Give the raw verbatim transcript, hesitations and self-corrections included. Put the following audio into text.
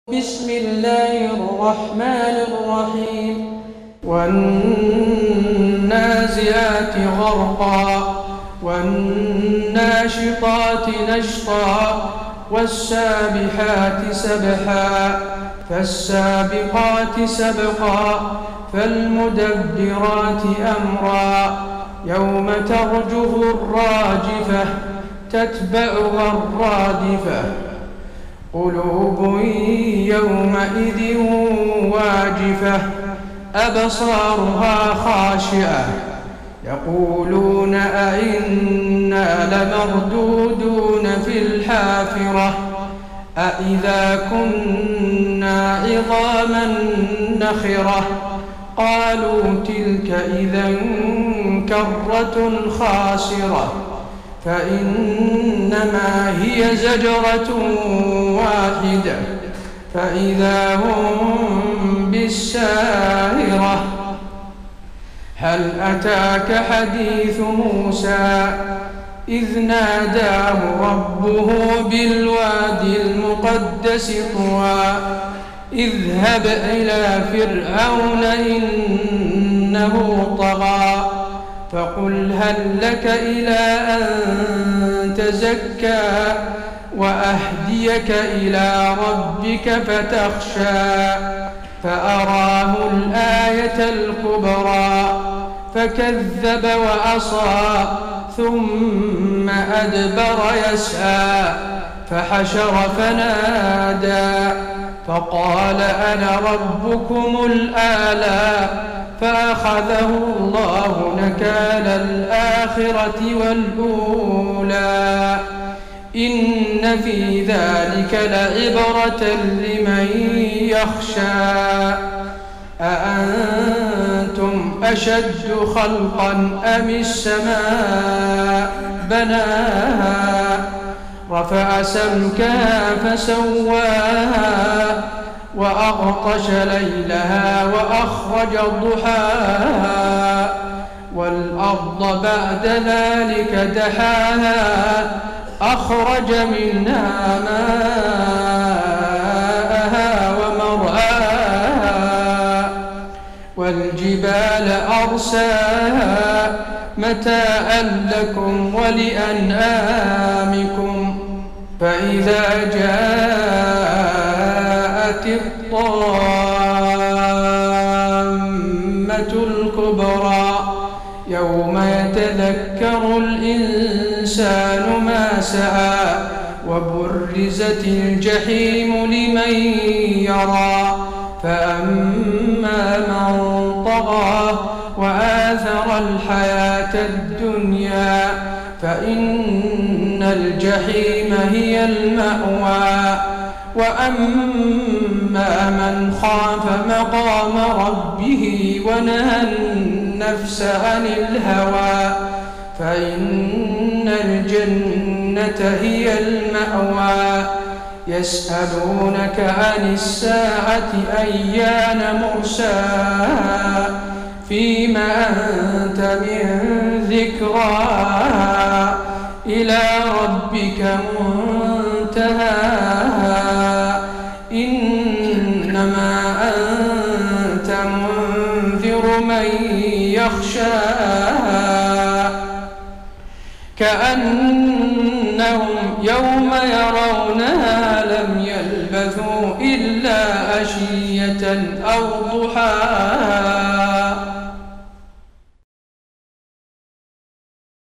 بسم الله الرحمن الرحيم والنازعات غرقا والناشطات نشطا والسابحات سبحا فالسابقات سبقا فالمدبرات أمرا يوم ترجف الراجفة تتبعها الرادفة قلوب يومئذ واجفة أبصارها خاشعة يقولون أئنا لمردودون في الحافرة أئذا كنا عظاما نخرة قالوا تلك إذا كرة خاسرة فإنما هي زجرة واحدة فإذا هم بالساهرة هل أتاك حديث موسى إذ ناداه ربه بالوادي المقدس طوى اذهب إلى فرعون إنه طغى فقل هل لك إلى أن تزكى وأهديك إلى ربك فتخشى فأراه الآية الكبرى فكذب وعصى ثم أدبر يسعى فحشر فنادى فقال أنا ربكم الأعلى فأخذه الله نكال الآخرة والأولى إن في ذلك لعبرة لمن يخشى أأنتم أشد خلقا أم السماء بناها رفع سمكها فسواها وأغطش ليلها وأخرج ضحاها والأرض بعد ذلك دحاها أخرج منها ماءها ومرعاها والجبال أرساها متاعا لكم ولأنعامكم فإذا جاءت الطامة الكبرى يوم يتذكر الإنسان ما سعى وبرزت الجحيم لمن يرى فأما من طغى وآثر الحياة الدنيا فإن الجحيم هي المأوى وأما من خاف مقام ربه ونهى النفس عن الهوى فإن الجنة هي المأوى يسألونك عن الساعة أيان مرساها فيما أنت من ذكراها إلى ربك منتهاها إنما أنت منذر من يخشاها كأنهم يوم يرونها لم يلبثوا إلا عشية أو ضحاها